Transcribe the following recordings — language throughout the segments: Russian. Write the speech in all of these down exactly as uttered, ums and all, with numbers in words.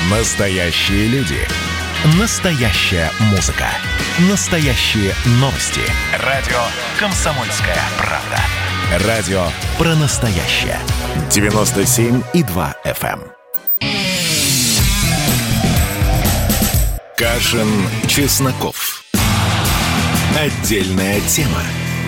Настоящие люди. Настоящая музыка. Настоящие новости. Радио «Комсомольская правда». Радио про настоящее. девяносто семь и два эф эм. Кашин, Чесноков. Отдельная тема.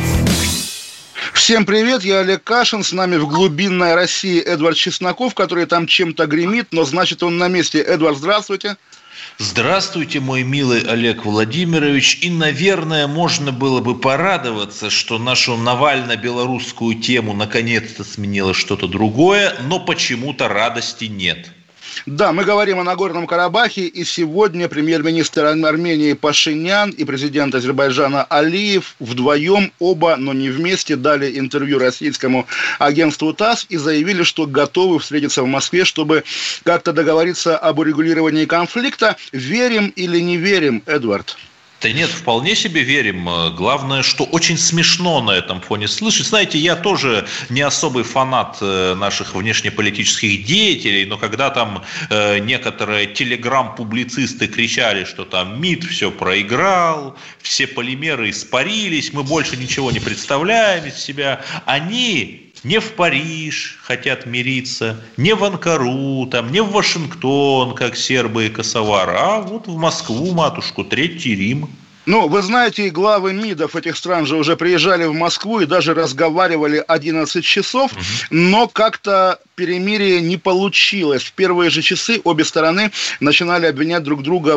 Всем привет, я Олег Кашин, с нами в глубинной России Эдвард Чесноков, который там чем-то гремит, но значит он на месте. Эдвард, здравствуйте. Здравствуйте, мой милый Олег Владимирович. И, наверное, можно было бы порадоваться, что нашу навально-белорусскую тему наконец-то сменило что-то другое, но почему-то радости нет. Да, мы говорим о Нагорном Карабахе, и сегодня премьер-министр Армении Пашинян и президент Азербайджана Алиев вдвоем, оба, но не вместе, дали интервью российскому агентству ТАСС и заявили, что готовы встретиться в Москве, чтобы как-то договориться об урегулировании конфликта. Верим или не верим, Эдвард? Да нет, вполне себе верим. Главное, что очень смешно на этом фоне слышать. Знаете, я тоже не особый фанат наших внешнеполитических деятелей, но когда там э, некоторые телеграм-публицисты кричали, что там МИД все проиграл, все полимеры испарились, мы больше ничего не представляем из себя, они... Не в Париж хотят мириться, не в Анкару, там, не в Вашингтон, как сербы и косовары, а вот в Москву, матушку, Третий Рим. Ну, вы знаете, и главы МИДов этих стран же уже приезжали в Москву и даже разговаривали одиннадцать часов, угу. но как-то перемирие не получилось. В первые же часы обе стороны начинали обвинять друг друга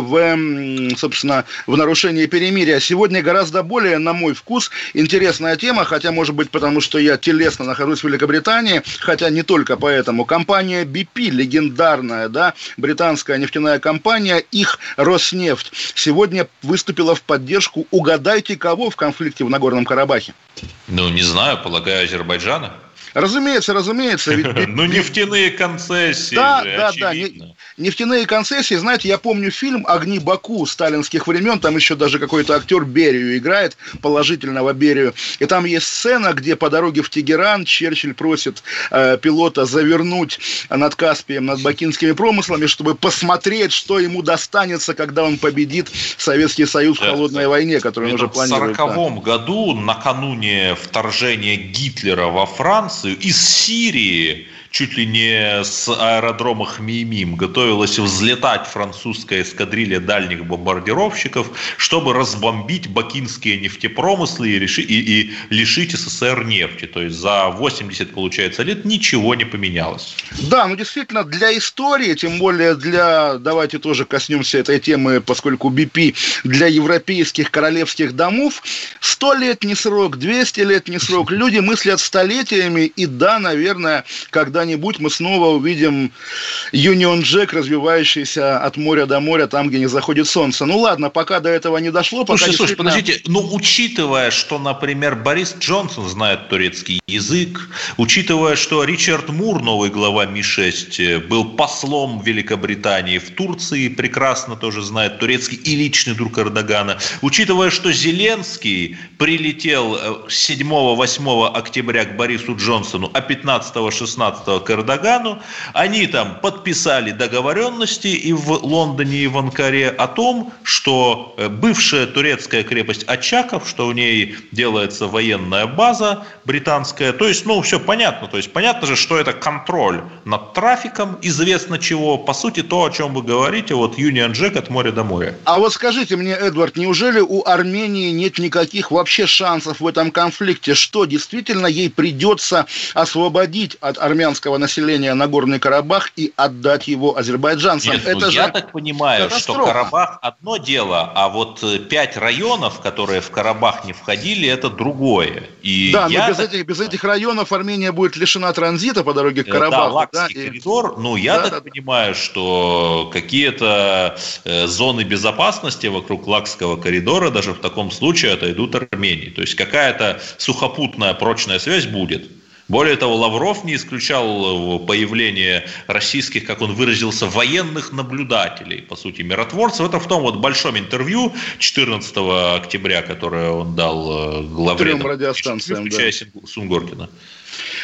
в, собственно, в нарушении перемирия. Сегодня гораздо более, на мой вкус, интересная тема, хотя, может быть, потому что я телесно нахожусь в Великобритании, хотя не только поэтому. Компания би пи, легендарная, да, британская нефтяная компания, их Роснефть, сегодня выступила в поддержку, угадайте кого, в конфликте в Нагорном Карабахе? Ну, не знаю, полагаю, Азербайджана. Разумеется, разумеется. Ведь... Ну, нефтяные концессии да, же, да, очевидно. Да, нефтяные концессии, знаете, я помню фильм «Огни Баку» сталинских времен, там еще даже какой-то актер Берию играет, положительного Берию, и там есть сцена, где по дороге в Тегеран Черчилль просит э, пилота завернуть над Каспием, над бакинскими промыслами, чтобы посмотреть, что ему достанется, когда он победит Советский Союз да, в холодной да. войне, которую он уже планирует. В сороковом году, накануне вторжения Гитлера во Францию, из Сирии, чуть ли не с аэродрома Хмеймим, готовилась взлетать французская эскадрилья дальних бомбардировщиков, чтобы разбомбить бакинские нефтепромыслы и, реши, и, и лишить СССР нефти. То есть за восемьдесят, получается, лет ничего не поменялось. Да, ну действительно, для истории, тем более для, давайте тоже коснемся этой темы, поскольку би пи для европейских королевских домов, сто лет не срок, двести лет не срок. Люди мыслят столетиями, и да, наверное, когда когда-нибудь мы снова увидим Union Jack, развивающийся от моря до моря, там, где не заходит солнце. Ну ладно, пока до этого не дошло. Пока слушай, действительно... слушай, подождите, ну учитывая, что, например, Борис Джонсон знает турецкий язык, учитывая, что Ричард Мур, новый глава Ми шесть, был послом Великобритании в Турции, прекрасно тоже знает турецкий и личный друг Эрдогана, учитывая, что Зеленский прилетел седьмого-восьмого октября к Борису Джонсону, а пятнадцатого-шестнадцатого к Эрдогану, они там подписали договоренности и в Лондоне, и в Анкаре о том, что бывшая турецкая крепость Очаков, что в ней делается военная база британская, то есть, ну, все понятно, то есть понятно же, что это контроль над трафиком, известно чего, по сути, то, о чем вы говорите, вот Union Jack от моря до моря. А вот скажите мне, Эдвард, неужели у Армении нет никаких вообще шансов в этом конфликте, что действительно ей придется освободить от армянского населения Нагорный Карабах и отдать его азербайджанцам? Нет, это ну, же я так понимаю, катастрофа. Что Карабах одно дело, а вот пять районов, которые в Карабах не входили, это другое. И да, но без, так... этих, без этих районов Армения будет лишена транзита по дороге к Карабаху. Да, Лакский да, коридор. И... Ну, я да, так да, понимаю, что какие-то э, зоны безопасности вокруг Лакского коридора даже в таком случае отойдут Армении. То есть какая-то сухопутная прочная связь будет. Более того, Лавров не исключал появление российских, как он выразился, военных наблюдателей, по сути, миротворцев. Это в том вот большом интервью четырнадцатого октября, которое он дал главреду, трем радиостанциям, включая да. Сунгоркина.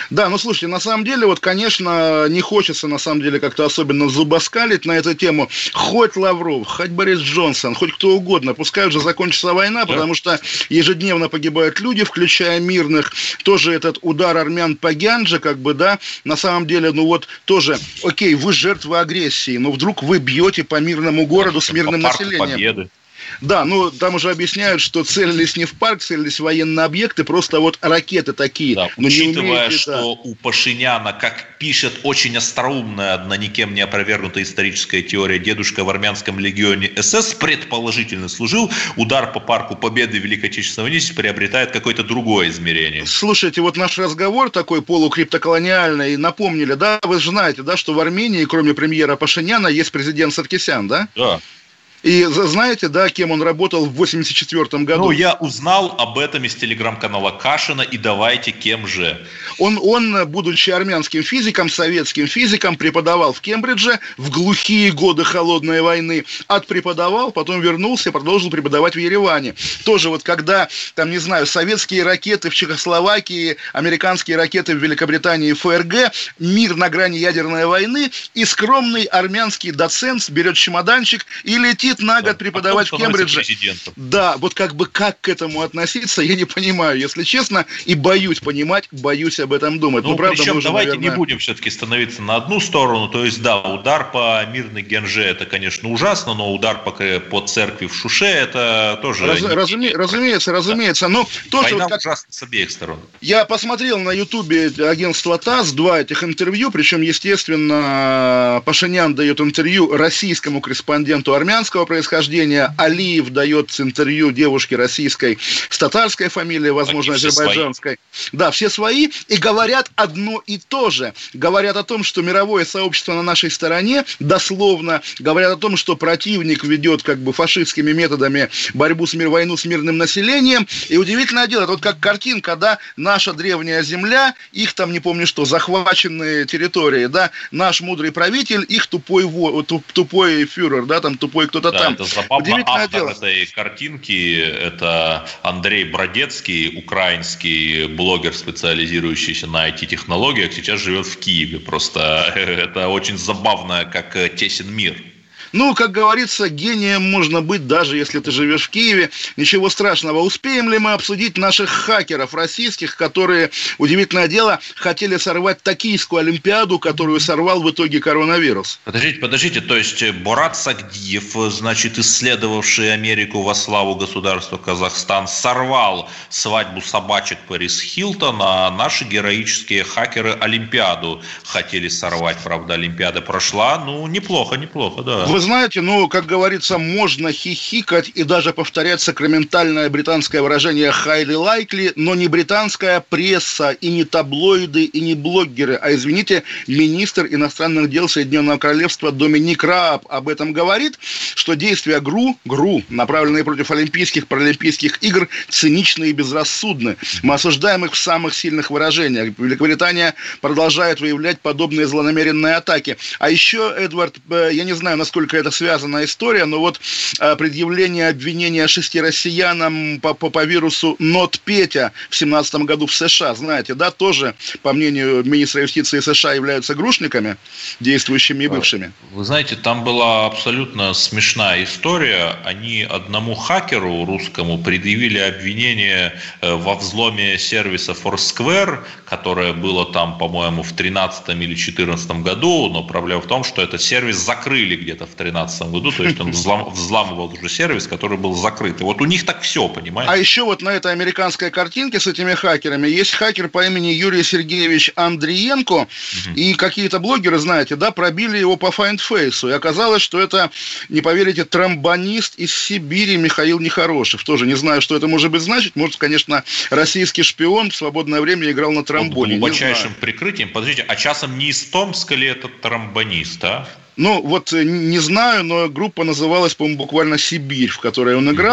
Да, ну слушайте, на самом деле, вот, конечно, не хочется, на самом деле, как-то особенно зубоскалить на эту тему. Хоть Лавров, хоть Борис Джонсон, хоть кто угодно, пускай уже закончится война, да. Потому что ежедневно погибают люди, включая мирных. Тоже этот удар армян по Гянджи, как бы, да, на самом деле, ну вот, тоже, окей, вы жертвы агрессии, но вдруг вы бьете по мирному городу с мирным населением. Победы. Да, ну там уже объясняют, что целились не в парк, целились в военные объекты, просто вот ракеты такие. Да, но учитывая, не умеете, что да. у Пашиняна, как пишет очень остроумная, одна никем не опровергнутая историческая теория, дедушка в армянском легионе СС предположительно служил, удар по парку Победы в Великой Отечественной войне приобретает какое-то другое измерение. Слушайте, вот наш разговор такой полукриптоколониальный, напомнили, да, вы же знаете, да, что в Армении, кроме премьера Пашиняна, есть президент Саркисян, да? Да. И знаете, да, кем он работал в восемьдесят четвёртом году? Ну, я узнал об этом из телеграм-канала Кашина, и давайте, кем же? Он, он, будучи армянским физиком, советским физиком, преподавал в Кембридже в глухие годы холодной войны, отпреподавал, потом вернулся и продолжил преподавать в Ереване. Тоже вот когда, там, не знаю, советские ракеты в Чехословакии, американские ракеты в Великобритании и ФРГ, мир на грани ядерной войны, и скромный армянский доцент берет чемоданчик и летит на год преподавать в Кембридже. Да, вот как бы как к этому относиться, я не понимаю, если честно, и боюсь понимать, боюсь об этом думать. Ну, ну правда, причем уже, давайте наверное... не будем все-таки становиться на одну сторону, то есть, да, удар по мирной Гянже это, конечно, ужасно, но удар по, по церкви в Шуше это тоже... Раз, не... разуме, разумеется, разумеется, да. Но тоже... Война вот как... ужасна с обеих сторон. Я посмотрел на ютубе агентства ТАСС два этих интервью, причем, естественно, Пашинян дает интервью российскому корреспонденту армянского происхождения, Алиев дает интервью девушке российской с татарской фамилией, возможно, Они азербайджанской. Да, все свои, и говорят одно и то же. Говорят о том, что мировое сообщество на нашей стороне, дословно, говорят о том, что противник ведет как бы фашистскими методами борьбу с мир, войну с мирным населением, и удивительное дело, это вот как картинка, да, наша древняя земля, их там, не помню что, захваченные территории, да, наш мудрый правитель, их тупой, во, тупой фюрер, да, там тупой кто-то. Да, там. Это забавно. Автор дело. этой картинки – это Андрей Бродецкий, украинский блогер, специализирующийся на ай ти-технологиях, сейчас живет в Киеве. Просто это очень забавно, как тесен мир. Ну, как говорится, гением можно быть, даже если ты живешь в Киеве. Ничего страшного. Успеем ли мы обсудить наших хакеров российских, которые, удивительное дело, хотели сорвать Токийскую Олимпиаду, которую сорвал в итоге коронавирус? Подождите, подождите. То есть Борат Сагдиев, значит, исследовавший Америку во славу государства Казахстан, сорвал свадьбу собачек Пэрис Хилтон, а наши героические хакеры Олимпиаду хотели сорвать. Правда, Олимпиада прошла. Ну, неплохо, неплохо, да. Вы знаете, ну, как говорится, можно хихикать и даже повторять сакраментальное британское выражение highly likely, но не британская пресса, и не таблоиды, и не блогеры, а, извините, министр иностранных дел Соединенного Королевства Доминик Рааб об этом говорит, что действия ГРУ, ГРУ, направленные против Олимпийских, паралимпийских игр, циничны и безрассудны. Мы осуждаем их в самых сильных выражениях. Великобритания продолжает выявлять подобные злонамеренные атаки. А еще, Эдвард, я не знаю, насколько это связанная история, но вот а, предъявление обвинения шести россиянам по, по, по вирусу НотПетя в семнадцатом году в США, знаете, да, тоже, по мнению министра юстиции США, являются грушниками, действующими и бывшими. Вы знаете, там была абсолютно смешная история. Они одному хакеру русскому предъявили обвинение во взломе сервиса Foursquare, которое было там, по-моему, в тринадцатом или четырнадцатом году, но проблема в том, что этот сервис закрыли где-то в тринадцатом году, то есть он взлам, взламывал уже сервис, который был закрыт. И вот у них так все, понимаете? А еще вот на этой американской картинке с этими хакерами есть хакер по имени Юрий Сергеевич Андриенко, угу. И какие-то блогеры, знаете, да, пробили его по файндфейсу, и оказалось, что это, не поверите, тромбонист из Сибири Михаил Нехорошев. Тоже не знаю, что это может быть значить. Может, конечно, российский шпион в свободное время играл на тромбоне. Под глубочайшим прикрытием. Подождите, а часом не из Томска ли этот тромбонист, а? Ну, вот не знаю, но группа называлась, по-моему, буквально «Сибирь», в которой он играл.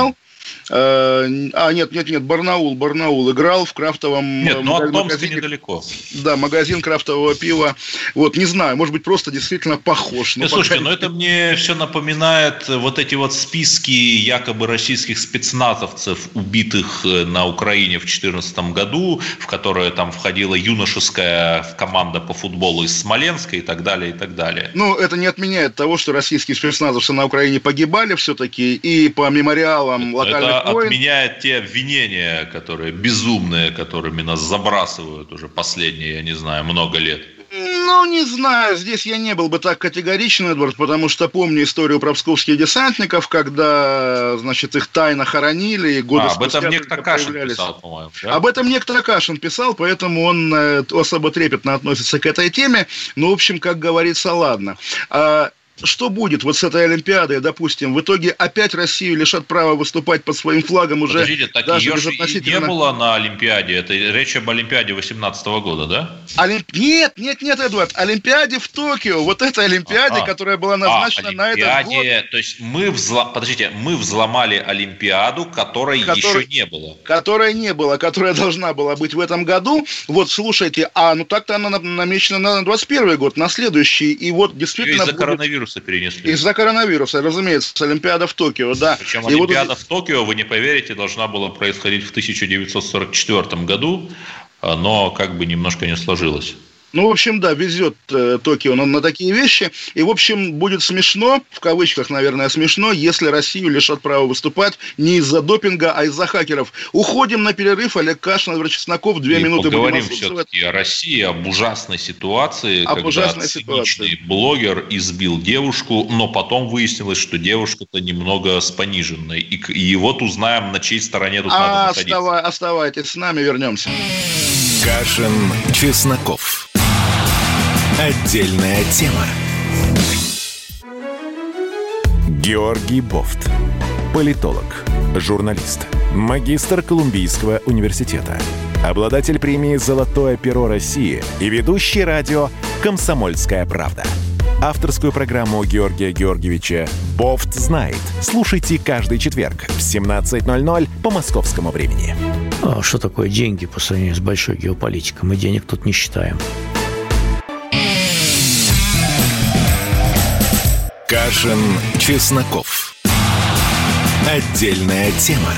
А, нет, нет, нет, Барнаул, Барнаул играл в крафтовом... Нет, ну от Томска магазине, недалеко. Да, магазин крафтового пива. Вот, не знаю, может быть, просто действительно похож. Нет, слушайте, но это мне все напоминает вот эти вот списки якобы российских спецназовцев, убитых на Украине в две тысячи четырнадцатом году, в которые там входила юношеская команда по футболу из Смоленска и так далее, и так далее. Ну, это не отменяет того, что российские спецназовцы на Украине погибали все-таки, и по мемориалам это локальных Это войн... отменяет те обвинения, которые безумные, которыми нас забрасывают уже последние, я не знаю, много лет. Ну, не знаю, здесь я не был бы так категоричен, Эдвард, потому что помню историю про псковских десантников, когда, значит, их тайно хоронили, и годы а, спустя... Об этом некто Кашин писал, по-моему, да? Об этом некто Кашин писал, поэтому он особо трепетно относится к этой теме. Ну, в общем, как говорится, ладно. Что будет вот с этой Олимпиадой, допустим, в итоге опять Россию лишат права выступать под своим флагом уже... Подождите, так даже ее же не было на Олимпиаде, это речь об Олимпиаде восемнадцатого года, да? Олимп... Нет, нет, нет, Эдуард, Олимпиаде в Токио, вот эта Олимпиаде, а, которая была назначена а, на этот год. То есть мы, взло... Подождите, мы взломали Олимпиаду, которой Который... еще не было. Которой не было, которая должна была быть в этом году. Вот, слушайте, а ну так-то она намечена на двадцать первый год, на следующий, и вот действительно... Из-за будет... коронавируса перенесли. Из-за коронавируса, разумеется, Олимпиада в Токио, да. Причем и Олимпиада вот... в Токио, вы не поверите, должна была происходить в тысяча девятьсот сорок четвёртом году, но как бы немножко не сложилось. Ну, в общем, да, везет э, Токио на, на такие вещи. И, в общем, будет смешно, в кавычках, наверное, смешно, если Россию лишат права выступать не из-за допинга, а из-за хакеров. Уходим на перерыв. Олег Кашин, Эдвард Чесноков. Две и минуты поговорим все-таки о России, об ужасной ситуации, об когда ужасной циничный ситуации. блогер избил девушку, но потом выяснилось, что девушка-то немного с пониженной. И, и вот узнаем, на чьей стороне тут а, надо находиться. Оставай, оставайтесь с нами, вернемся. Кашин, Чесноков. Отдельная тема. Георгий Бофт. Политолог, журналист, магистр Колумбийского университета, обладатель премии «Золотое перо России» и ведущий радио «Комсомольская правда». Авторскую программу Георгия Георгиевича «Бофт знает». Слушайте каждый четверг в семнадцать ноль ноль по московскому времени. А что такое деньги по сравнению с большой геополитикой? Мы денег тут не считаем. Кашин, Чесноков. Отдельная тема.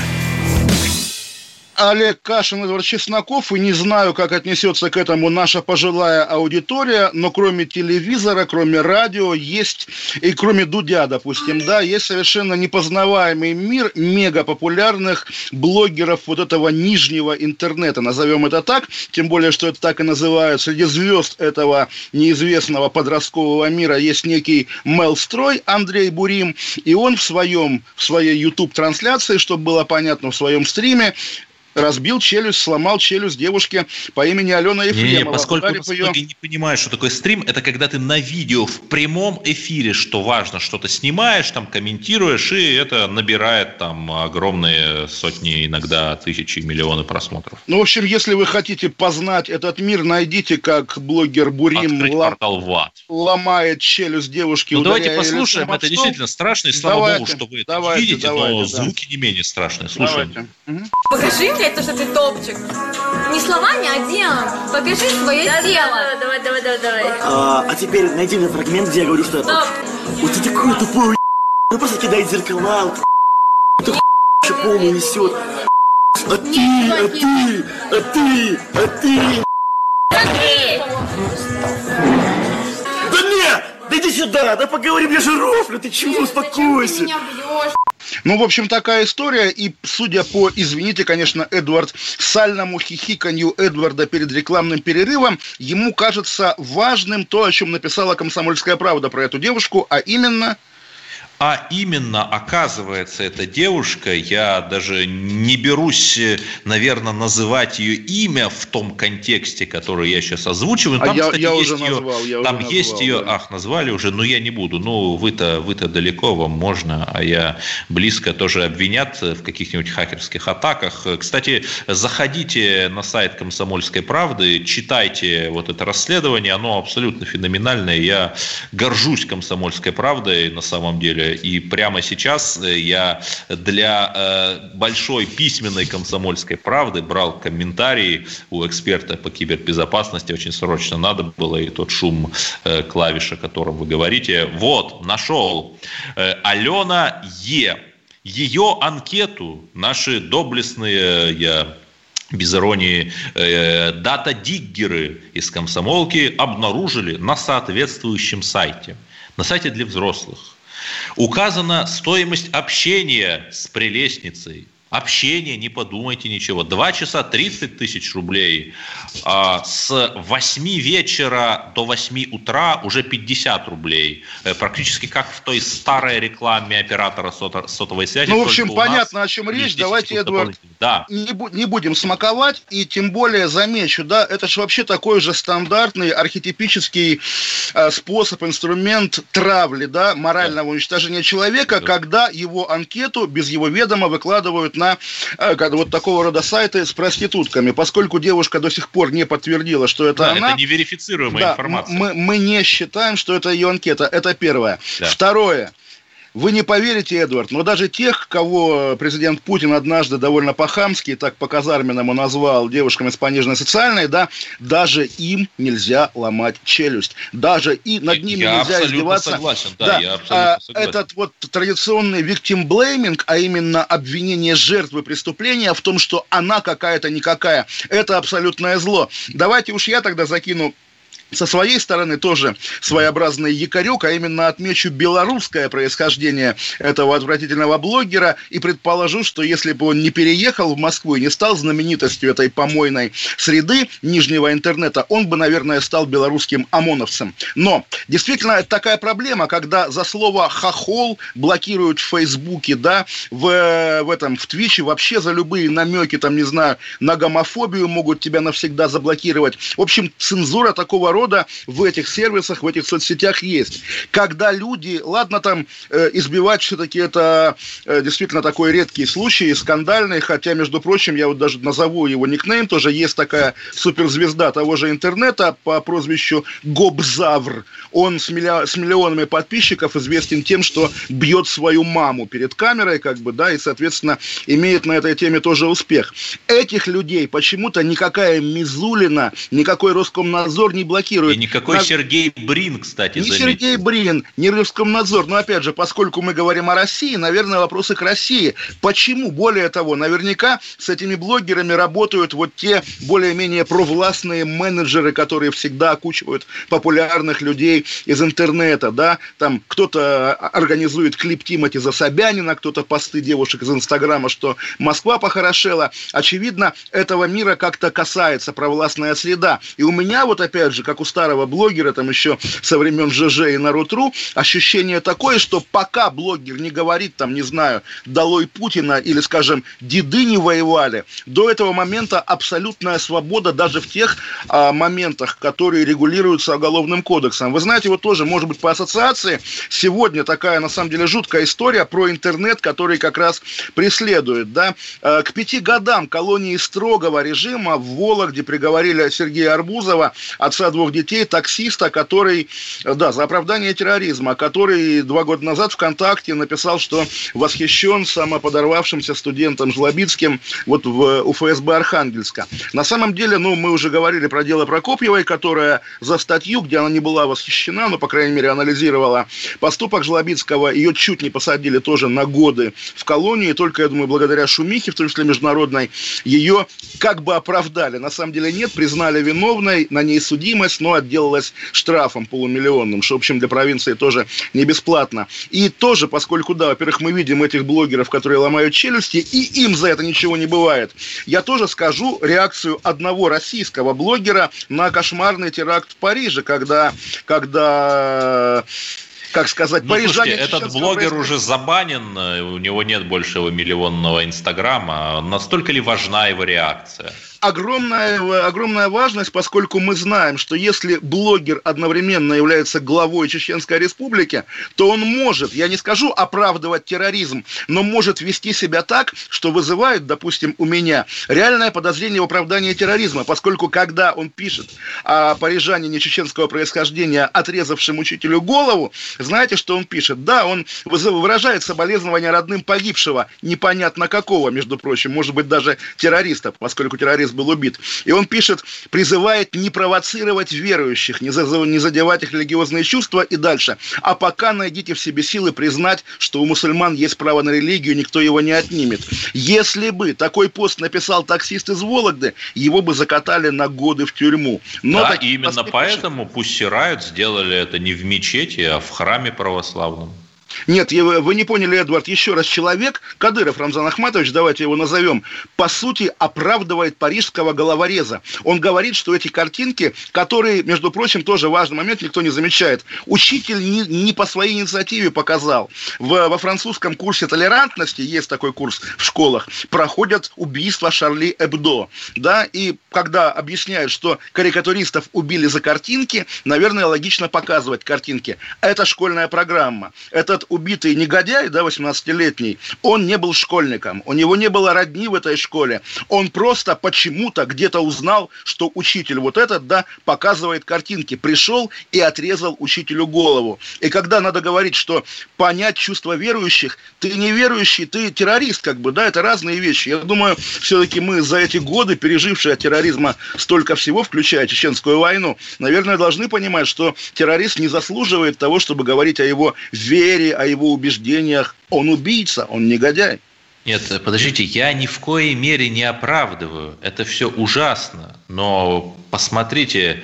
Олег Кашин, Эдвард Чесноков, и не знаю, как отнесется к этому наша пожилая аудитория, но кроме телевизора, кроме радио, есть, и кроме Дудя, допустим, да, есть совершенно непознаваемый мир мегапопулярных блогеров вот этого нижнего интернета, назовем это так, тем более, что это так и называют. Среди звезд этого неизвестного подросткового мира есть некий Мелстрой Андрей Бурим, и он в своем, в своей YouTube-трансляции, чтобы было понятно, в своем стриме, разбил челюсть, сломал челюсть девушке по имени Алена Ефремова. Не, не, поскольку многие ее... не понимают, что такое стрим, это когда ты на видео в прямом эфире, что важно, что-то снимаешь, там комментируешь, и это набирает там огромные сотни, иногда тысячи, миллионы просмотров. Ну, в общем, если вы хотите познать этот мир, найдите, как блогер Бурим лом... ломает челюсть девушки. Ну, давайте послушаем, это действительно страшно, и слава давайте, богу, что вы это давайте, видите, давайте, но да. звуки не менее страшные. Слушаем. Покажи мне то, что ты топчик. Не словами, а делом. Покажи свое да, тело. Давай, давай, давай, давай. А, а теперь найди мне фрагмент, где я говорю, что это... Вот ты такой тупой, ну просто кидает зеркала, ты полную несет. А ты, а ты, а ты, а ты. Да нет, да иди сюда, да поговорим, я же рофлю, ты чего, успокойся. Ну, в общем, такая история, и судя по, извините, конечно, Эдвард, сальному хихиканью Эдварда перед рекламным перерывом, ему кажется важным то, о чем написала «Комсомольская правда» про эту девушку, а именно... А именно, оказывается, эта девушка, я даже не берусь, наверное, называть ее имя в том контексте, который я сейчас озвучиваю. Там, а я, кстати, я есть уже ее, назвал, я там уже есть назвал, ее, да. ах, назвали уже, но я не буду. Ну, вы-то, вы-то далеко, вам можно, а я близко, тоже обвинят в каких-нибудь хакерских атаках. Кстати, заходите на сайт «Комсомольской правды», читайте вот это расследование, оно абсолютно феноменальное. Я горжусь «Комсомольской правдой» на самом деле. И прямо сейчас я для большой письменной «Комсомольской правды» брал комментарии у эксперта по кибербезопасности. Очень срочно надо было, и тот шум клавиш, о котором вы говорите. Вот, нашел. Алена Е. Ее анкету наши доблестные, я без иронии, э, дата-диггеры из «Комсомолки» обнаружили на соответствующем сайте. На сайте для взрослых. Указана стоимость общения с прелестницей. Общение, не подумайте ничего. два часа тридцать тысяч рублей. А с восьми вечера до восьми утра уже пятьдесят рублей. Практически как в той старой рекламе оператора сото- сотовой связи. Ну, в общем, понятно, о чем речь. Давайте, Эдуард, да. не, бу- не будем смаковать. И тем более замечу, да, это же вообще такой же стандартный архетипический э, способ, инструмент травли, да, морального да. уничтожения человека, да. когда его анкету без его ведома выкладывают на э, вот такого рода сайты с проститутками. Поскольку девушка до сих пор не подтвердила, что это да, она. Это неверифицируемая да, информация. Мы, мы не считаем, что это ее анкета. Это первое. Да. Второе. Вы не поверите, Эдуард, но даже тех, кого президент Путин однажды довольно по-хамски, так по-казарменному назвал девушками с пониженной социальной, да, даже им нельзя ломать челюсть. Даже и над ними я нельзя издеваться. Согласен, да, да, я абсолютно а, согласен. Этот вот традиционный victim blaming, а именно обвинение жертвы преступления в том, что она какая-то никакая, это абсолютное зло. Давайте уж я тогда закину со своей стороны тоже своеобразный якорек, а именно отмечу белорусское происхождение этого отвратительного блогера и предположу, что если бы он не переехал в Москву и не стал знаменитостью этой помойной среды нижнего интернета, он бы, наверное, стал белорусским ОМОНовцем. Но действительно это такая проблема, когда за слово «хохол» блокируют в Фейсбуке, да, в, в этом, в Твиче, вообще за любые намеки, там, не знаю, на гомофобию могут тебя навсегда заблокировать. В общем, цензура такого рода в этих сервисах, в этих соцсетях есть. Когда люди, ладно, там э, избивать все-таки это э, действительно такой редкий случай, скандальный, хотя, между прочим, я вот даже назову его никнейм, тоже есть такая суперзвезда того же интернета по прозвищу Гобзавр. Он с, милли... с миллионами подписчиков известен тем, что бьет свою маму перед камерой, как бы, да, и, соответственно, имеет на этой теме тоже успех. Этих людей почему-то никакая Мизулина, никакой Роскомнадзор не блокирует. И никакой на... Сергей Брин, кстати, не заметил. Сергей Брин, не Роскомнадзор. Но опять же, поскольку мы говорим о России, наверное, вопросы к России. Почему? Более того, наверняка с этими блогерами работают вот те более-менее провластные менеджеры, которые всегда окучивают популярных людей из интернета, да, там кто-то организует клип Тимати за Собянина, кто-то посты девушек из Инстаграма, что Москва похорошела. Очевидно, этого мира как-то касается провластная среда. И у меня вот опять же, как у старого блогера, там еще со времен ЖЖ и Народ.ру, ощущение такое, что пока блогер не говорит, там, не знаю, долой Путина или, скажем, деды не воевали, до этого момента абсолютная свобода даже в тех а, моментах, которые регулируются Уголовным кодексом. Вы знаете, вот тоже, может быть, по ассоциации, сегодня такая, на самом деле, жуткая история про интернет, который как раз преследует, да. А, к пяти годам колонии строгого режима в Вологде приговорили Сергея Арбузова, отца двух детей, таксиста, который, да, за оправдание терроризма, который два года назад ВКонтакте написал, что восхищен самоподорвавшимся студентом Жлобицким вот в у эф эс бэ Архангельска. На самом деле, ну, мы уже говорили про дело Прокопьевой, которая за статью, где она не была восхищена, но, по крайней мере, анализировала поступок Жлобицкого, ее чуть не посадили тоже на годы в колонию, и только, я думаю, благодаря шумихе, в том числе международной, ее как бы оправдали. На самом деле нет, признали виновной, на ней судимость, но отделалась штрафом полумиллионным, что, в общем, для провинции тоже не бесплатно. И тоже, поскольку, да, во-первых, мы видим этих блогеров, которые ломают челюсти, и им за это ничего не бывает, я тоже скажу реакцию одного российского блогера на кошмарный теракт в Париже, когда, когда как сказать, ну, парижане... Слушайте, этот блогер уже забанен, у него нет больше его миллионного инстаграма. Настолько ли важна его реакция? огромная, огромная важность, поскольку мы знаем, что если блогер одновременно является главой Чеченской Республики, то он может, я не скажу оправдывать терроризм, но может вести себя так, что вызывает, допустим, у меня реальное подозрение в оправдании терроризма, поскольку когда он пишет о парижанине чеченского происхождения, отрезавшем учителю голову, знаете, что он пишет? Да, он выражает соболезнования родным погибшего, непонятно какого, между прочим, может быть, даже террориста, поскольку террорист был убит. И он пишет, призывает не провоцировать верующих, не задевать их религиозные чувства и дальше. А пока найдите в себе силы признать, что у мусульман есть право на религию, никто его не отнимет. Если бы такой пост написал таксист из Вологды, его бы закатали на годы в тюрьму. Но да, и именно поэтому Pussy Riot сделали это не в мечети, а в храме православном. Нет, вы не поняли, Эдвард, еще раз, человек, Кадыров Рамзан Ахматович, давайте его назовем, по сути оправдывает парижского головореза. Он говорит, что эти картинки, которые, между прочим, тоже важный момент, никто не замечает, учитель не, не по своей инициативе показал. В, во французском курсе толерантности, есть такой курс в школах, проходят убийства Шарли Эбдо, да, и когда объясняют, что карикатуристов убили за картинки, наверное, логично показывать картинки. Это школьная программа. Это убитый негодяй, да, восемнадцатилетний, он не был школьником, у него не было родни в этой школе, он просто почему-то где-то узнал, что учитель вот этот, да, показывает картинки, пришел и отрезал учителю голову. И когда надо говорить, что понять чувства верующих, ты не верующий, ты террорист, как бы, да, это разные вещи. Я думаю, все-таки мы за эти годы, пережившие от терроризма столько всего, включая Чеченскую войну, наверное, должны понимать, что террорист не заслуживает того, чтобы говорить о его вере, о его убеждениях. Он убийца, он негодяй. Нет, подождите, я ни в коей мере не оправдываю. Это все ужасно. Но посмотрите,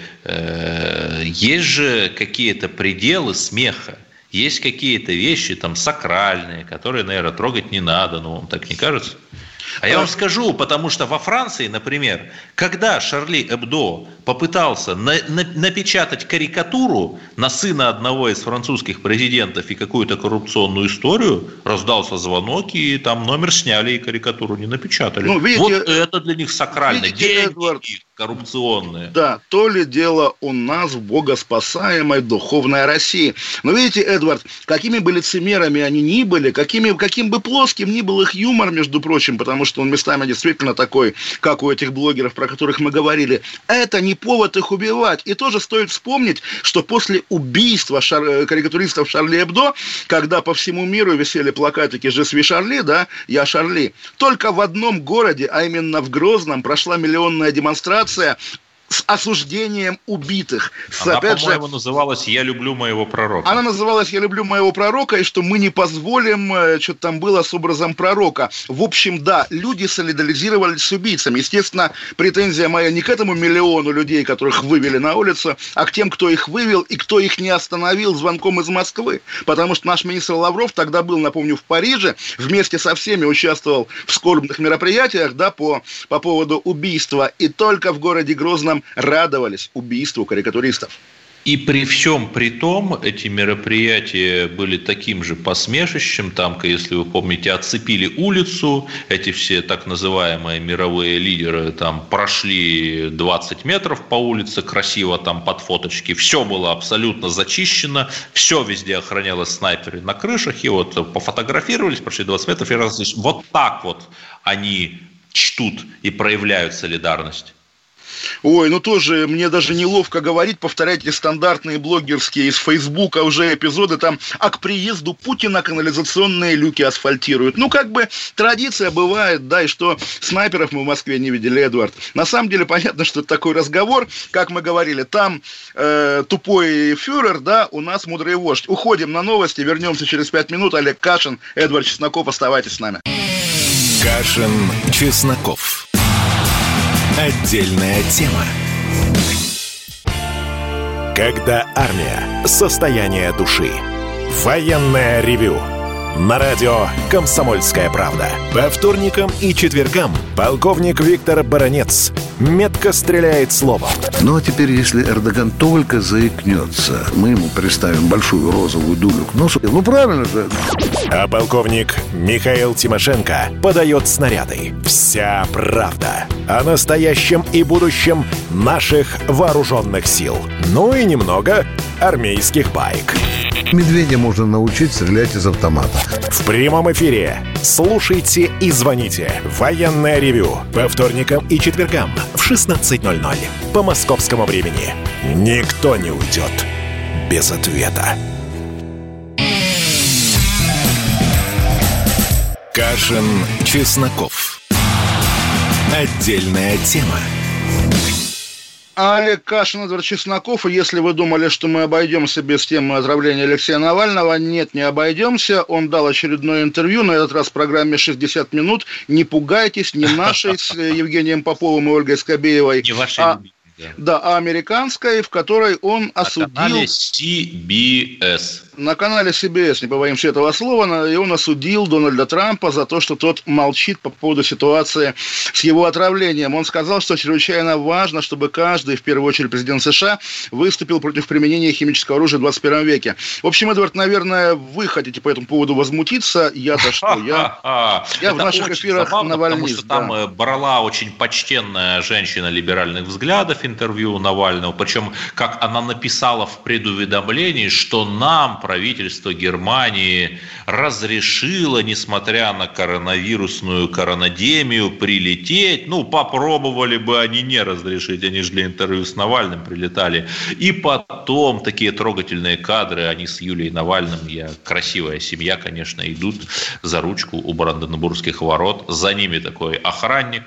э, есть же какие-то пределы смеха. Есть какие-то вещи там сакральные, которые, наверное, трогать не надо. Но вам так не кажется? А я вам скажу, потому что во Франции, например, когда Шарли Эбдо попытался на, на, напечатать карикатуру на сына одного из французских президентов и какую-то коррупционную историю, раздался звонок, и там номер сняли, и карикатуру не напечатали. Ну, видите, вот это для них сакрально. Деньги Эдвард, коррупционные. Да, то ли дело у нас в богоспасаемой духовной России. Но видите, Эдвард, какими бы лицемерами они ни были, какими, каким бы плоским ни был их юмор, между прочим, потому что он местами действительно такой, как у этих блогеров, про которых мы говорили, это не повод их убивать. И тоже стоит вспомнить, что после убийства шар... карикатуристов Шарли Эбдо, когда по всему миру висели плакатики «Je suis Шарли», да, «Я Шарли», только в одном городе, а именно в Грозном, прошла миллионная демонстрация с осуждением убитых. Она, опять по-моему, же, называлась «Я люблю моего пророка». Она называлась «Я люблю моего пророка», и что мы не позволим, что-то там было с образом пророка. В общем, да, люди солидаризировались с убийцами. Естественно, претензия моя не к этому миллиону людей, которых вывели на улицу, а к тем, кто их вывел и кто их не остановил звонком из Москвы. Потому что наш министр Лавров тогда был, напомню, в Париже, вместе со всеми участвовал в скорбных мероприятиях, да, по, по поводу убийства, и только в городе Грозном радовались убийству карикатуристов. И при всем при том, эти мероприятия были таким же посмешищем. Там, если вы помните, оцепили улицу, эти все так называемые мировые лидеры там прошли двадцать метров по улице, красиво там под фоточки. Все было абсолютно зачищено, все везде охранялось снайперы на крышах. И вот пофотографировались, прошли двадцать метров и разошлись. Вот так вот они чтут и проявляют солидарность. Ой, ну тоже мне даже неловко говорить, повторять эти стандартные блогерские из Фейсбука уже эпизоды там, а к приезду Путина канализационные люки асфальтируют. Ну, как бы традиция бывает, да, и что снайперов мы в Москве не видели, Эдвард. На самом деле понятно, что это такой разговор, как мы говорили, там э, тупой фюрер, да, у нас мудрый вождь. Уходим на новости, вернемся через пять минут. Олег Кашин, Эдвард Чесноков, оставайтесь с нами. Кашин, Чесноков. Отдельная тема. Когда армия. Состояние души. Военное ревю На радио «Комсомольская правда». По вторникам и четвергам полковник Виктор Баранец метко стреляет словом. Ну а теперь, если Эрдоган только заикнется, мы ему приставим большую розовую дулю к носу. Ну правильно же. А полковник Михаил Тимошенко подает снаряды. Вся правда о настоящем и будущем наших вооруженных сил. Ну и немного армейских баек. Медведя можно научить стрелять из автомата. В прямом эфире слушайте и звоните. Военное ревю по вторникам и четвергам в шестнадцать ноль ноль по московскому времени. Никто не уйдет без ответа. Кашин, Чесноков. Отдельная тема. Олег Кашин, Эдвард Чесноков. И если вы думали, что мы обойдемся без темы отравления Алексея Навального, нет, не обойдемся. Он дал очередное интервью, на этот раз в программе шестьдесят минут. Не пугайтесь, не нашей с Евгением Поповым и Ольгой Скобеевой, не вашей а, любимой, да. да, а американской, в которой он осудил... На канале си би эс. На канале си би эс, не побоимся этого слова, и он осудил Дональда Трампа за то, что тот молчит по поводу ситуации с его отравлением. Он сказал, что чрезвычайно важно, чтобы каждый, в первую очередь президент США, выступил против применения химического оружия в двадцать первом веке. В общем, Эдвард, наверное, вы хотите по этому поводу возмутиться. Я-то что? Я, я в наших эфирах навальнист. Потому что там брала очень почтенная женщина либеральных взглядов интервью Навального, причем, как она написала в предуведомлении, что нам правительство Германии разрешило, несмотря на коронавирусную коронадемию, прилететь. Ну, попробовали бы они не разрешить, они же для интервью с Навальным прилетали. И потом такие трогательные кадры, они с Юлией Навальным, я, красивая семья, конечно, идут за ручку у Бранденбургских ворот. За ними такой охранник.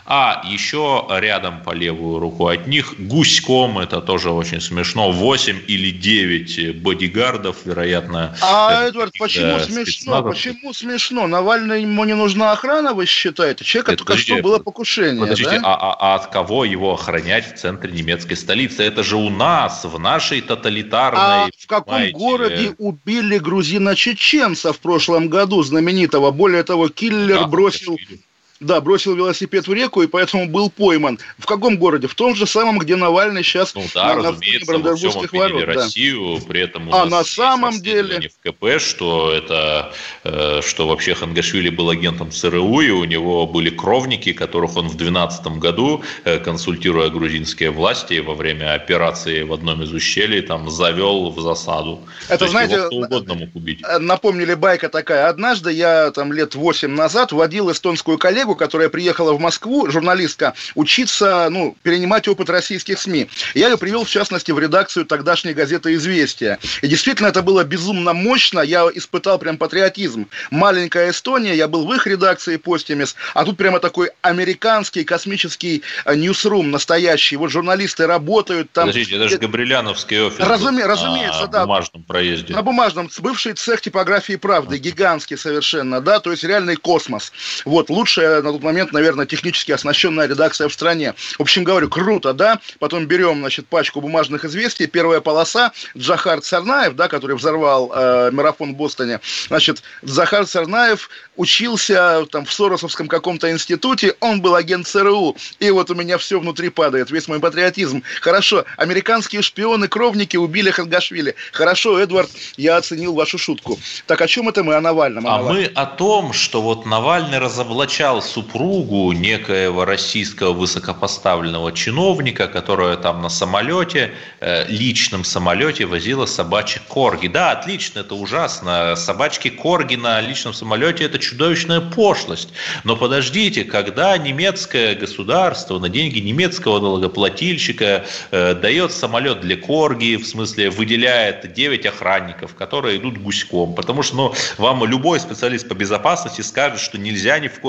А еще рядом по левую руку от них гуськом, это тоже очень смешно, восемь или девять бодигардов, вероятно. А, Эдвард, почему смешно? Почему смешно? Навальному ему не нужна охрана, вы считаете? Человека это, только подожди, что было покушение. Подождите, да? а, а, а от кого его охранять в центре немецкой столицы? Это же у нас, в нашей тоталитарной... А в каком понимаете... городе убили грузина-чеченца в прошлом году, знаменитого? Более того, киллер да, бросил... Да, бросил велосипед в реку и поэтому был пойман. В каком городе? В том же самом, где Навальный сейчас ну, да, на, разумеется, на Бранденбургских ворот. Да. Россию, при этом у а нас на самом деле в КП, что это, что вообще Хангашвили был агентом ЦРУ, и у него были кровники, которых он в две тысячи двенадцатом году, консультируя грузинские власти во время операции в одном из ущелий, там завел в засаду. Это, то знаете, его кто угодно мог убить. Напомнили байка такая. Однажды я там лет восемь назад водил эстонскую коллегу, которая приехала в Москву, журналистка, учиться, ну, перенимать опыт российских СМИ. Я ее привел, в частности, в редакцию тогдашней газеты «Известия». И действительно, это было безумно мощно. Я испытал прям патриотизм. Маленькая Эстония, я был в их редакции «Постимес», а тут прямо такой американский космический ньюсрум настоящий. Вот журналисты работают там. Подождите, это же Габриляновский офис. Разуме... Разумеется, на да. На бумажном проезде. На бумажном. Бывший цех типографии «Правды», гигантский совершенно, да, то есть реальный космос. Вот, лучшая на тот момент, наверное, технически оснащенная редакция в стране. В общем, говорю, круто, да? Потом берем, значит, пачку бумажных известий. Первая полоса. Джохар Царнаев, да, который взорвал э, марафон в Бостоне. Значит, Джохар Царнаев учился там в Соросовском каком-то институте. Он был агент ЦРУ. И вот у меня все внутри падает. Весь мой патриотизм. Хорошо. Американские шпионы-кровники убили Хангашвили. Хорошо, Эдвард, я оценил вашу шутку. Так, о чем это мы? О Навальном. О а Навальном. мы о том, что вот Навальный разоблачал супругу некоего российского высокопоставленного чиновника, которая там на самолете, личном самолете возила собачек корги. Да, отлично, это ужасно. Собачки корги на личном самолете – это чудовищная пошлость. Но подождите, когда немецкое государство на деньги немецкого налогоплательщика э, дает самолет для корги, в смысле выделяет девять охранников, которые идут гуськом, потому что ну, вам любой специалист по безопасности скажет, что нельзя ни в коем случае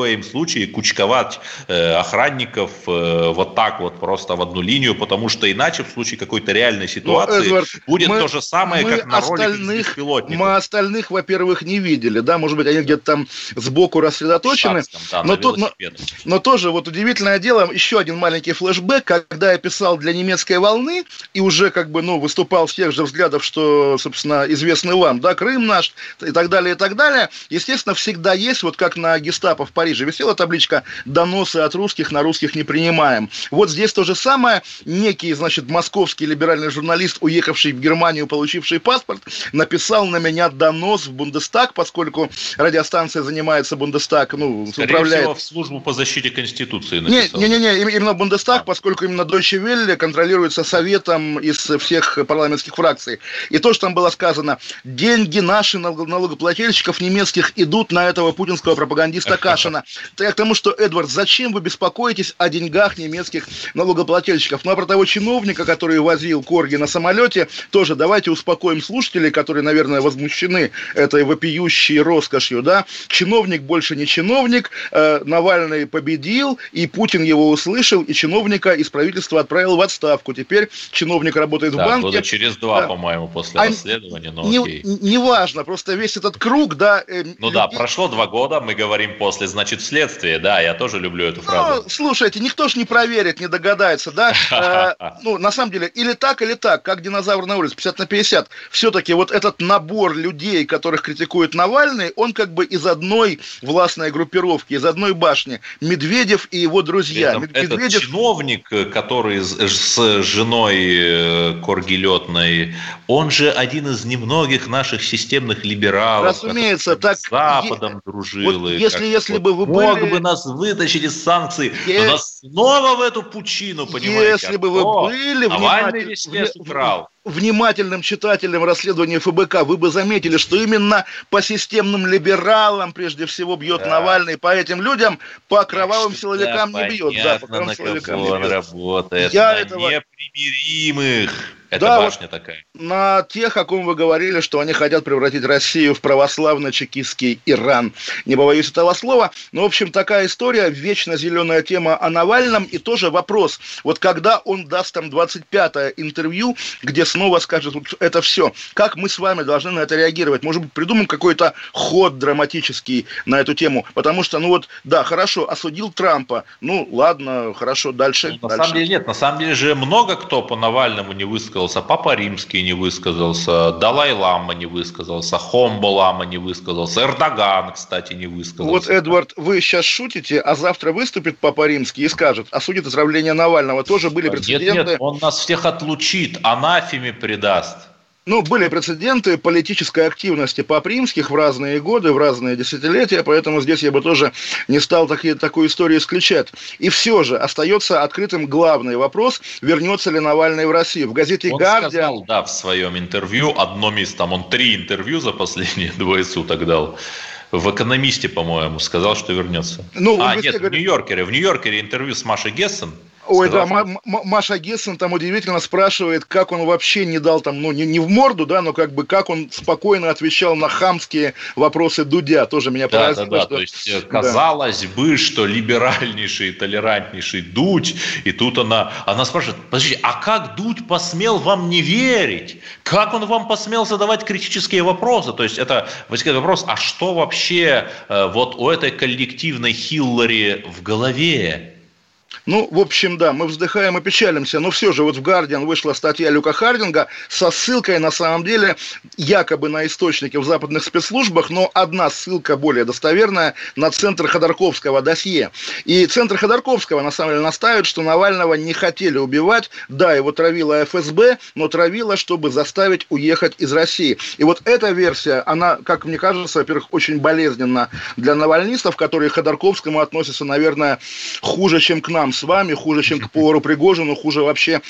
случае кучковать э, охранников э, вот так вот просто в одну линию, потому что иначе в случае какой-то реальной ситуации ну, Эдвард, будет мы, то же самое, как на роликах беспилотников. Мы остальных, во-первых, не видели, да, может быть, они где-то там сбоку рассредоточены, да, но, то, но, но тоже вот удивительное дело, еще один маленький флешбэк, когда я писал для немецкой волны и уже как бы, ну, выступал с тех же взглядов, что, собственно, известны вам, да, Крым наш и так далее, и так далее, естественно, всегда есть, вот как на гестапо в Париже висела табличка «Доносы от русских, на русских не принимаем». Вот здесь то же самое, некий, значит, московский либеральный журналист, уехавший в Германию, получивший паспорт, написал на меня донос в Бундестаг, поскольку радиостанция занимается Бундестаг, ну, Скорее управляет... всего, в службу по защите Конституции написал. Не-не-не, именно Бундестаг, поскольку именно Deutsche Welle контролируется советом из всех парламентских фракций. И то, что там было сказано, деньги наши налогоплательщиков немецких идут на этого путинского пропагандиста Кашина. Я к тому, что, Эдвард, зачем вы беспокоитесь о деньгах немецких налогоплательщиков? Ну, а про того чиновника, который возил корги на самолете, тоже давайте успокоим слушателей, которые, наверное, возмущены этой вопиющей роскошью, да? Чиновник больше не чиновник, э, Навальный победил, и Путин его услышал, и чиновника из правительства отправил в отставку. Теперь чиновник работает да, в банке. Года через два, да. по-моему, после а расследования, но не, окей. Неважно, просто весь этот круг, да... Э, ну людей... да, прошло два года, мы говорим после, значит, следствие, да, я тоже люблю эту фразу. Ну, слушайте, никто ж не проверит, не догадается, да? Ну, на самом деле, или так, или так, как динозавр на улице, пятьдесят на пятьдесят. Все-таки вот этот набор людей, которых критикует Навальный, он как бы из одной властной группировки, из одной башни. Медведев и его друзья. Этом, Медведев... Этот чиновник, который с женой Коргилетной, он же один из немногих наших системных либералов. Разумеется, так... С Западом е... дружил. Вот если, если вот бы вы мог были... бы нас вытащить из санкций, е... но нас снова в эту пучину, понимаете? Если бы вы О, были... Навальный весь лес украл. Внимательным читателем расследования эф бэ ка вы бы заметили, что именно по системным либералам прежде всего бьет да. Навальный, по этим людям, по кровавым так силовикам да, не бьет. Да, по кровавым силовикам не бьет. Работает Я на этого... непримиримых. Это да, башня вот такая. На тех, о ком вы говорили, что они хотят превратить Россию в православно-чекистский Иран. Не побоюсь этого слова. Но, в общем, такая история, вечно зеленая тема о Навальном. И тоже вопрос, вот когда он даст там двадцать пятое интервью, где снова скажет вот это все, как мы с вами должны на это реагировать? Может быть, придумаем какой-то ход драматический на эту тему? Потому что, ну вот, да, хорошо, осудил Трампа. Ну, ладно, хорошо, дальше. Ну, на дальше. самом деле нет, на самом деле же много кто по Навальному не высказал. Папа Римский не высказался, Далай-Лама не высказался, Хомбо-Лама не высказался, Эрдоган, кстати, не высказался. Вот, Эдвард, вы сейчас шутите, а завтра выступит Папа Римский и скажет, осудит отравление Навального. Тоже были прецеденты. Нет, нет, он нас всех отлучит, анафеме предаст. Ну, были прецеденты политической активности пап-римских в разные годы, в разные десятилетия, поэтому здесь я бы тоже не стал такие, такую историю исключать. И все же остается открытым главный вопрос, вернется ли Навальный в Россию. В газете он «Гардиан». Сказал, да, в своем интервью, одном из, там он три интервью за последние двое суток дал. В «Экономисте», по-моему, сказал, что вернется. Ну, а, нет, говорите... в «Нью-Йоркере». В «Нью-Йоркере» интервью с Машей Гессен. Ой, сказал, да, что... М- Маша Гессен там удивительно спрашивает, как он вообще не дал там, ну, не, не в морду, да, но как бы, как он спокойно отвечал на хамские вопросы Дудя, тоже меня да, поразило. Да, да, что... то есть, казалось да. бы, что либеральнейший, толерантнейший Дудь, и тут она, она спрашивает, подождите, а как Дудь посмел вам не верить? Как он вам посмел задавать критические вопросы? То есть, это возникает вопрос, а что вообще э, вот у этой коллективной Хиллари в голове? Ну, в общем, да, мы вздыхаем и печалимся, но все же вот в «Гардиан» вышла статья Люка Хардинга со ссылкой, на самом деле, якобы на источники в западных спецслужбах, но одна ссылка более достоверная на Центр Ходорковского досье. И Центр Ходорковского, на самом деле, настаивает, что Навального не хотели убивать, да, его травила эф эс бэ, но травила, чтобы заставить уехать из России. И вот эта версия, она, как мне кажется, во-первых, очень болезненна для навальнистов, которые к Ходорковскому относятся, наверное, хуже, чем к нам с вами, хуже, чем к повару Пригожину, хуже вообще,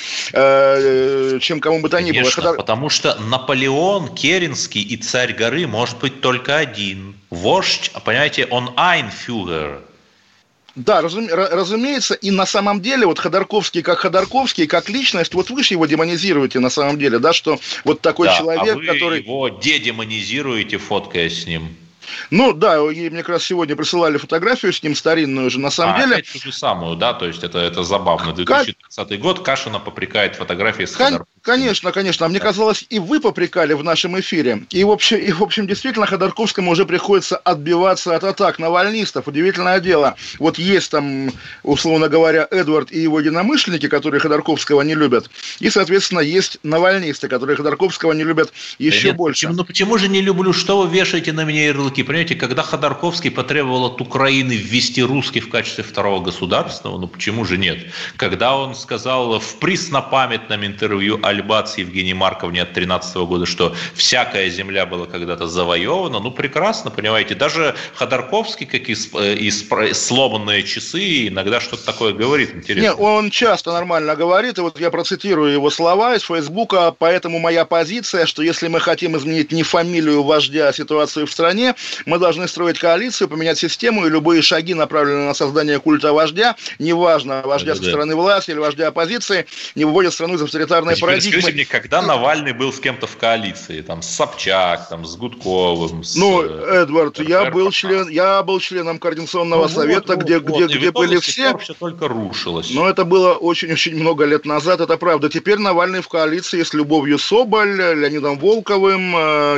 э, чем кому бы то ни было. Конечно, Ходор... потому что Наполеон Керенский и царь горы может быть только один. Вождь, понимаете, он айнфюрер. Да, разум, разумеется, и на самом деле вот Ходорковский как Ходорковский, как личность, вот вы же его демонизируете на самом деле, да, что вот такой да, человек, а вы который... его дедемонизируете, фоткаясь с ним. Ну, да, ей мне как раз сегодня присылали фотографию с ним, старинную уже, на самом а, деле. опять ту же самую, да, то есть это, это забавно. две тысячи двадцатый как... год, Кашина попрекает фотографии с Кон- Конечно, конечно. А мне казалось, и вы попрекали в нашем эфире. И в общем, и, в общем, действительно, Ходорковскому уже приходится отбиваться от атак навальнистов. Удивительное дело. Вот есть там, условно говоря, Эдвард и его единомышленники, которые Ходорковского не любят. И, соответственно, есть навальнисты, которые Ходорковского не любят еще Нет, больше. Почему, ну почему же не люблю? Что вы вешаете на меня ярлыки? Понимаете, когда Ходорковский потребовал от Украины ввести русский в качестве второго государственного, ну почему же нет? Когда он сказал в преснопамятном интервью Альбац Евгении Марковне от тринадцатого года, что всякая земля была когда-то завоевана, ну прекрасно, понимаете, даже Ходорковский, как и, и сломанные часы, иногда что-то такое говорит, интересно. Нет, он часто нормально говорит, и вот я процитирую его слова из Фейсбука, поэтому моя позиция, что если мы хотим изменить не фамилию вождя, а ситуацию в стране, мы должны строить коалицию, поменять систему, и любые шаги, направленные на создание культа вождя, неважно, вождя со стороны власти или вождя оппозиции, не выводят страну из авторитарной парадигмы. Когда Навальный был с кем-то в коалиции, там, с Собчак, там, с Гудковым, с... Ну, Эдвард, я был, член, я был членом Координационного ну, совета, вот, где, вот, где, где были все. Все только рушилось. Но это было очень-очень много лет назад, это правда. Теперь Навальный в коалиции с Любовью Соболь, Леонидом Волковым,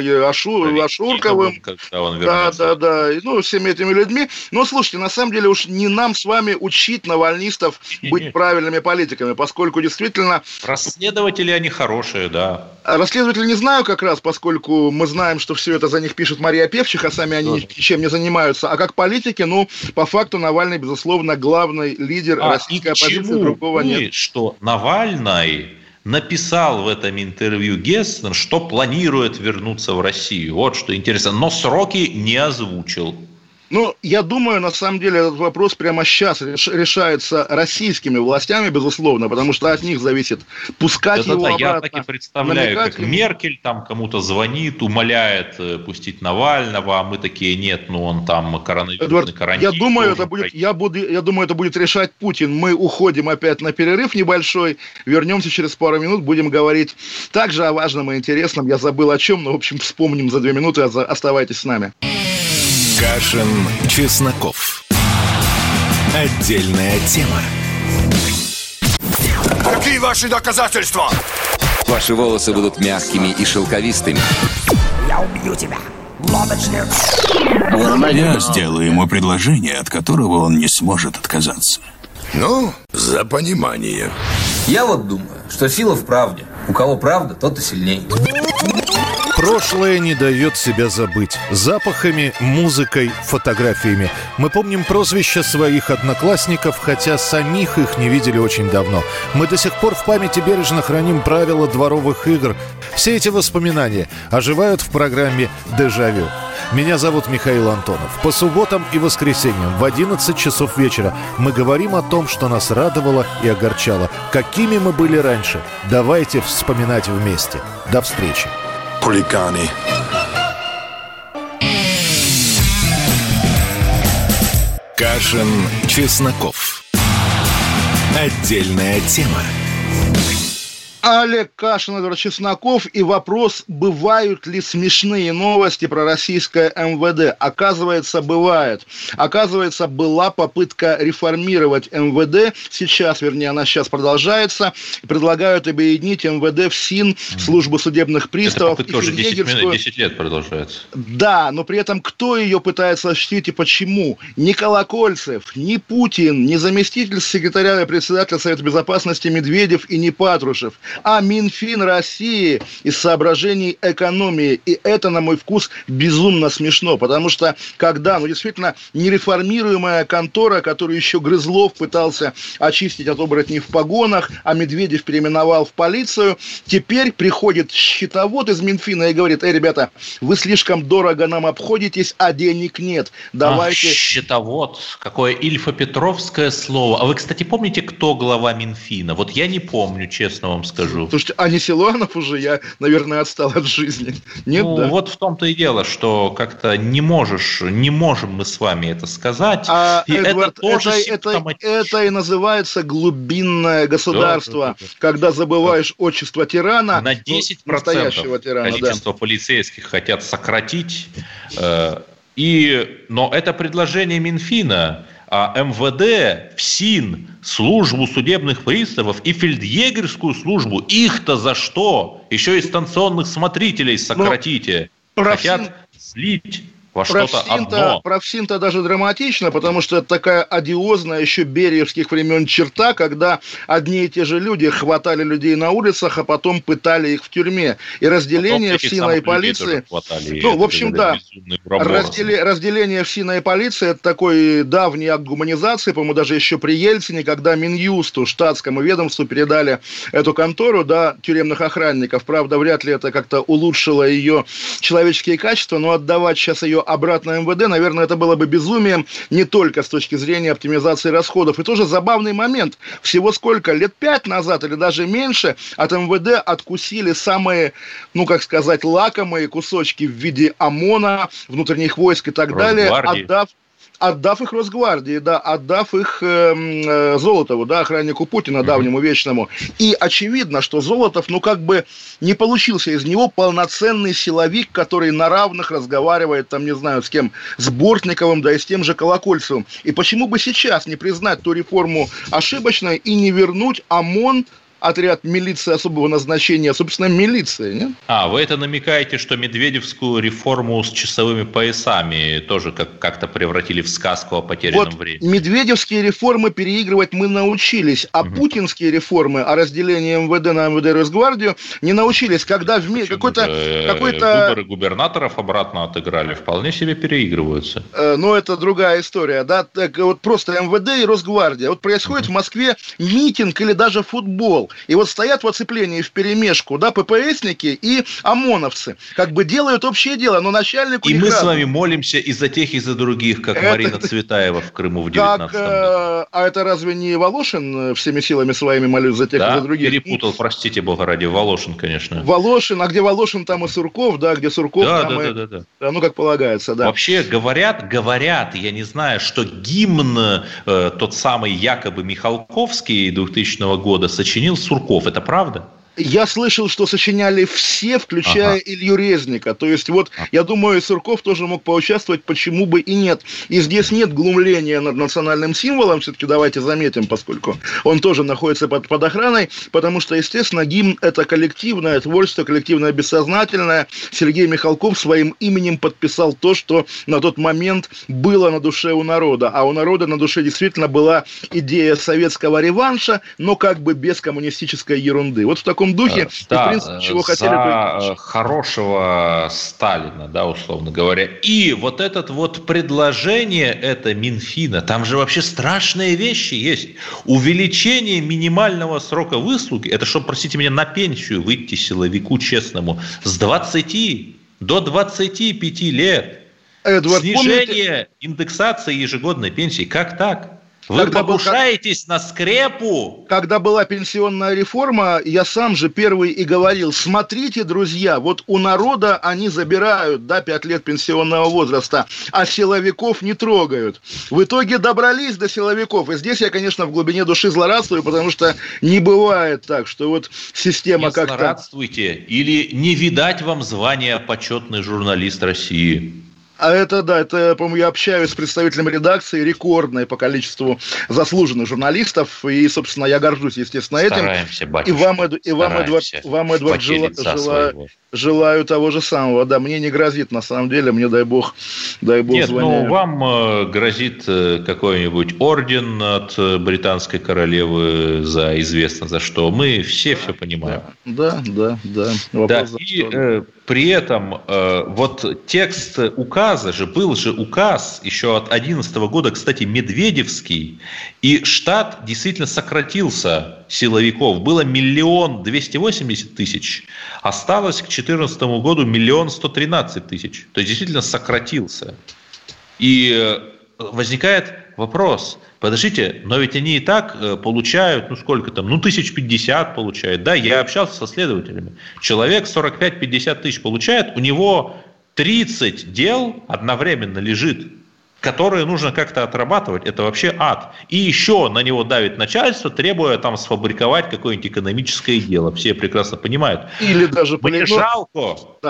Ашу, Ашурковым. Да, да, да. Ну, всеми этими людьми. Но, слушайте, на самом деле уж не нам с вами учить навальнистов быть правильными политиками, поскольку действительно... Расследователи они хорошие, да. Расследователи не знаю как раз, поскольку мы знаем, что все это за них пишет Мария Певчих, а сами они ничем не занимаются. А как политики, ну, по факту Навальный, безусловно, главный лидер а, российской оппозиции, другого нет. Что Навальный написал в этом интервью Гессен, что планирует вернуться в Россию. Вот что интересно. Но сроки не озвучил. Ну, я думаю, на самом деле, этот вопрос прямо сейчас решается российскими властями, безусловно, потому что от них зависит пускать да, его да, обратно. Я так и представляю, как ему. Меркель там кому-то звонит, умоляет пустить Навального, а мы такие, нет, ну он там коронавирусный карантин. Я думаю, это будет, я, буду, я думаю, это будет решать Путин. Мы уходим опять на перерыв небольшой, вернемся через пару минут, будем говорить также о важном и интересном. Я забыл о чем, но, в общем, вспомним за две минуты, оставайтесь с нами. Кашин, Чесноков. Отдельная тема. Какие ваши доказательства? Ваши волосы будут мягкими и шелковистыми. Я убью тебя, лодочник. Я сделаю ему предложение, от которого он не сможет отказаться. Ну, за понимание. Я вот думаю, что сила в правде. У кого правда, тот и сильней. Прошлое не дает себя забыть. Запахами, музыкой, фотографиями. Мы помним прозвища своих одноклассников, хотя самих их не видели очень давно. Мы до сих пор в памяти бережно храним правила дворовых игр. Все эти воспоминания оживают в программе «Дежавю». Меня зовут Михаил Антонов. По субботам и воскресеньям в одиннадцать часов вечера мы говорим о том, что нас радовало и огорчало. Какими мы были раньше. Давайте вспоминать вместе. До встречи. Хулиганы. Кашин, Чесноков. Отдельная тема. Олег Кашин, Эдвард Чесноков, и вопрос, бывают ли смешные новости про российское эм вэ дэ. Оказывается, бывает. Оказывается, была попытка реформировать эм вэ дэ. Сейчас, вернее, она сейчас продолжается. Предлагают объединить эм вэ дэ в СИН, службу судебных приставов. Эта попытка уже десять лет продолжается. Да, но при этом кто ее пытается осуществить и почему? Ни Колокольцев, ни Путин, ни заместитель секретаря и председателя Совета Безопасности Медведев и ни Патрушев, а Минфин России из соображений экономии. И это, на мой вкус, безумно смешно, потому что когда, ну, действительно, нереформируемая контора, которую еще Грызлов пытался очистить от оборотней в погонах, а Медведев переименовал в полицию, теперь приходит счетовод из Минфина и говорит: эй, ребята, вы слишком дорого нам обходитесь, а денег нет. Давайте... Ах, счетовод, какое ильфо-петровское слово. А вы, кстати, помните, кто глава Минфина? Вот я не помню, честно вам скажу. Слушайте, а не Силуанов уже, я, наверное, отстал от жизни. Нет, ну, да? Вот в том-то и дело, что как-то не можешь, не можем мы с вами это сказать. А, и Эдвард, это тоже это, это, это и называется глубинное государство, да, да, да. Когда забываешь да. отчество тирана, на десять процентов настоящего тирана, количество да. полицейских хотят сократить. Э, И, но это предложение Минфина, а эм вэ дэ, ФСИН, службу судебных приставов и фельдъегерскую службу, их-то за что? Еще и станционных смотрителей сократите. Но хотят слить во про что-то ФСИН-то, одно. про ФСИН-то даже драматично, потому что это такая одиозная еще бериевских времен черта, когда одни и те же люди хватали людей на улицах, а потом пытали их в тюрьме. И разделение ФСИНа и полиции... Хватали, ну, в общем, да. Раздели, разделение ФСИНа и полиции – это такой давний акт гуманизации, по-моему, даже еще при Ельцине, когда Минюсту, штатскому ведомству, передали эту контору, да, тюремных охранников. Правда, вряд ли это как-то улучшило ее человеческие качества, но отдавать сейчас ее обратно эм вэ дэ, наверное, это было бы безумием не только с точки зрения оптимизации расходов. И тоже забавный момент. Всего сколько? Лет пять назад или даже меньше от эм вэ дэ откусили самые, ну, как сказать, лакомые кусочки в виде ОМОНа, внутренних войск и так далее, отдав Отдав их Росгвардии, да, отдав их э, э, Золотову, да, охраннику Путина, давнему вечному. И очевидно, что Золотов, ну, как бы не получился из него полноценный силовик, который на равных разговаривает, там, не знаю, с кем, с Бортниковым, да, и с тем же Колокольцевым. И почему бы сейчас не признать ту реформу ошибочной и не вернуть ОМОН, отряд милиции особого назначения, собственно, милиции, нет? А, вы это намекаете, что медведевскую реформу с часовыми поясами тоже как- как-то превратили в сказку о потерянном вот времени? Медведевские реформы переигрывать мы научились, а угу. путинские реформы о разделении эм вэ дэ на эм вэ дэ и Росгвардию не научились, когда в мире какой-то, какой-то... Выборы губернаторов обратно отыграли, вполне себе переигрываются. Э, но это другая история, да, так вот просто эм вэ дэ и Росгвардия. Вот происходит угу. в Москве митинг или даже футбол. И вот стоят в оцеплении вперемешку, да, пэ пэ эсники и ОМОНовцы. Как бы делают общее дело, но начальник у И них мы разный. С вами молимся и за тех, и за других, как это... Марина Цветаева в Крыму в девятнадцатом как, году. А это разве не Волошин всеми силами своими молюсь за тех, да? и за других? Перепутал, простите бога ради, Волошин, конечно. Волошин, а где Волошин, там и Сурков, да, где Сурков, да, там да, и... да, да, да. Ну, как полагается, да. Вообще говорят, говорят, я не знаю, что гимн э, тот самый якобы Михалковский двухтысячного года сочинил Сурков. Это правда? Я слышал, что сочиняли все, включая ага. Илью Резника. То есть, вот, я думаю, Сурков тоже мог поучаствовать, почему бы и нет. И здесь нет глумления над национальным символом, все-таки давайте заметим, поскольку он тоже находится под, под охраной, потому что, естественно, гимн – это коллективное творчество, коллективное бессознательное. Сергей Михалков своим именем подписал то, что на тот момент было на душе у народа. А у народа на душе действительно была идея советского реванша, но как бы без коммунистической ерунды. Вот в таком духе, да, и, в принципе, чего за хотели... хорошего Сталина, да, условно говоря. И вот это вот предложение, это Минфина, там же вообще страшные вещи есть. Увеличение минимального срока выслуги, это чтобы, простите меня, на пенсию выйти силовику честному, с двадцати до двадцати пяти лет. Эдвард, снижение помните... индексации ежегодной пенсии. Как так? Вы когда покушаетесь был, на скрепу. Когда была пенсионная реформа, я сам же первый и говорил, смотрите, друзья, вот у народа они забирают, да, пять лет пенсионного возраста, а силовиков не трогают. В итоге добрались до силовиков. И здесь я, конечно, в глубине души злорадствую, потому что не бывает так, что вот система не как-то... Злорадствуйте, или не видать вам звания почетный журналист России. А это, да, это, по-моему, я общаюсь с представителем редакции, рекордной по количеству заслуженных журналистов, и, собственно, я горжусь, естественно, этим. Стараемся, батюшка, и вам, и вам, Эдвард, вам, Эдвард, жела, жела, желаю того же самого. Да, мне не грозит, на самом деле, мне, дай бог, дай бог Нет, звоняю. ну, вам э, грозит э, какой-нибудь орден от э, британской королевы за известно за что. Мы все да, все понимаем. Да, да, да. да. да. И э, при этом э, вот текст указа же, был же указ еще от две тысячи одиннадцатого года, кстати, медведевский, и штат действительно сократился силовиков. Было миллион двести восемьдесят тысяч, осталось к две тысячи четырнадцатому году миллион сто тринадцать тысяч. То есть действительно сократился. И возникает вопрос, подождите, но ведь они и так получают, ну сколько там, ну тысяч пятьдесят получают, да, я общался со следователями, человек сорок пять - пятьдесят тысяч получает, у него тридцать дел одновременно лежит, которые нужно как-то отрабатывать, это вообще ад. И еще на него давит начальство, требуя там сфабриковать какое-нибудь экономическое дело. Все прекрасно понимают. Или даже... Мне жалко. Да.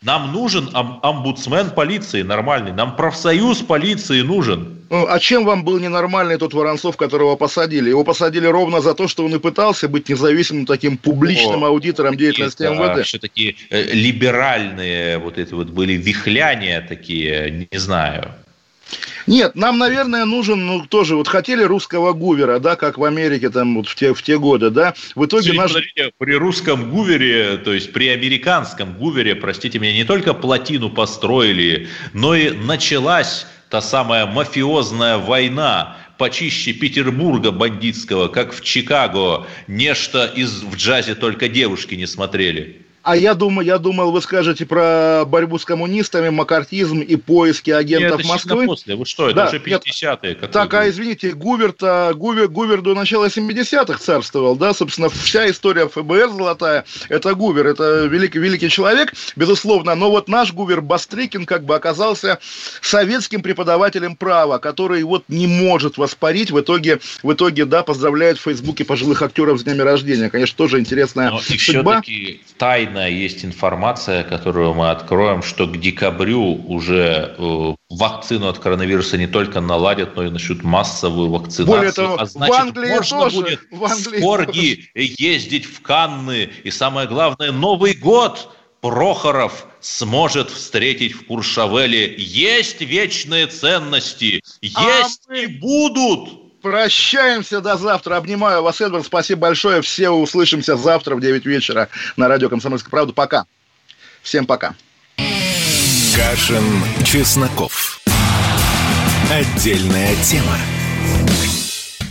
Нам нужен ом- омбудсмен полиции нормальный, нам профсоюз полиции нужен. Ну, а чем вам был ненормальный тот Воронцов, которого посадили? Его посадили ровно за то, что он и пытался быть независимым таким публичным О, аудитором деятельности эм вэ дэ. Все такие либеральные вот эти вот были вихляния такие, не знаю. Нет, нам, наверное, нужен, ну, тоже, вот хотели русского Гувера, да, как в Америке там вот в те, в те годы, да, в итоге Смотрите, наш... Смотрите, при русском Гувере, то есть при американском Гувере, простите меня, не только плотину построили, но и началась та самая мафиозная война, почище Петербурга бандитского, как в Чикаго, нечто из в джазе только девушки не смотрели. А я думаю, я думал, вы скажете про борьбу с коммунистами, маккартизм и поиски агентов Нет, это Москвы. После. Вы что, это да, уже пятидесятые. Так, а извините, Гувер-то, Гувер, Гувер до начала семидесятых царствовал, да, собственно, вся история эф бэ эр золотая, это Гувер, это великий, великий человек, безусловно, но вот наш Гувер Бастрыкин как бы оказался советским преподавателем права, который вот не может воспарить, в итоге, в итоге, да, поздравляют в Фейсбуке пожилых актеров с днями рождения, конечно, тоже интересная но судьба. Все-таки тайна есть информация, которую мы откроем, что к декабрю уже э, вакцину от коронавируса не только наладят, но и начнут массовую вакцинацию. Более того, а значит, в Англии можно тоже, будет в Англии в Корги тоже. Ездить в Канны. И самое главное, Новый год Прохоров сможет встретить в Куршавеле. Есть вечные ценности, есть а и мы... будут. Прощаемся до завтра. Обнимаю вас, Эдвард. Спасибо большое. Все услышимся завтра в девять вечера на радио «Комсомольская правда». Пока. Всем пока. Кашин, Чесноков. Отдельная тема.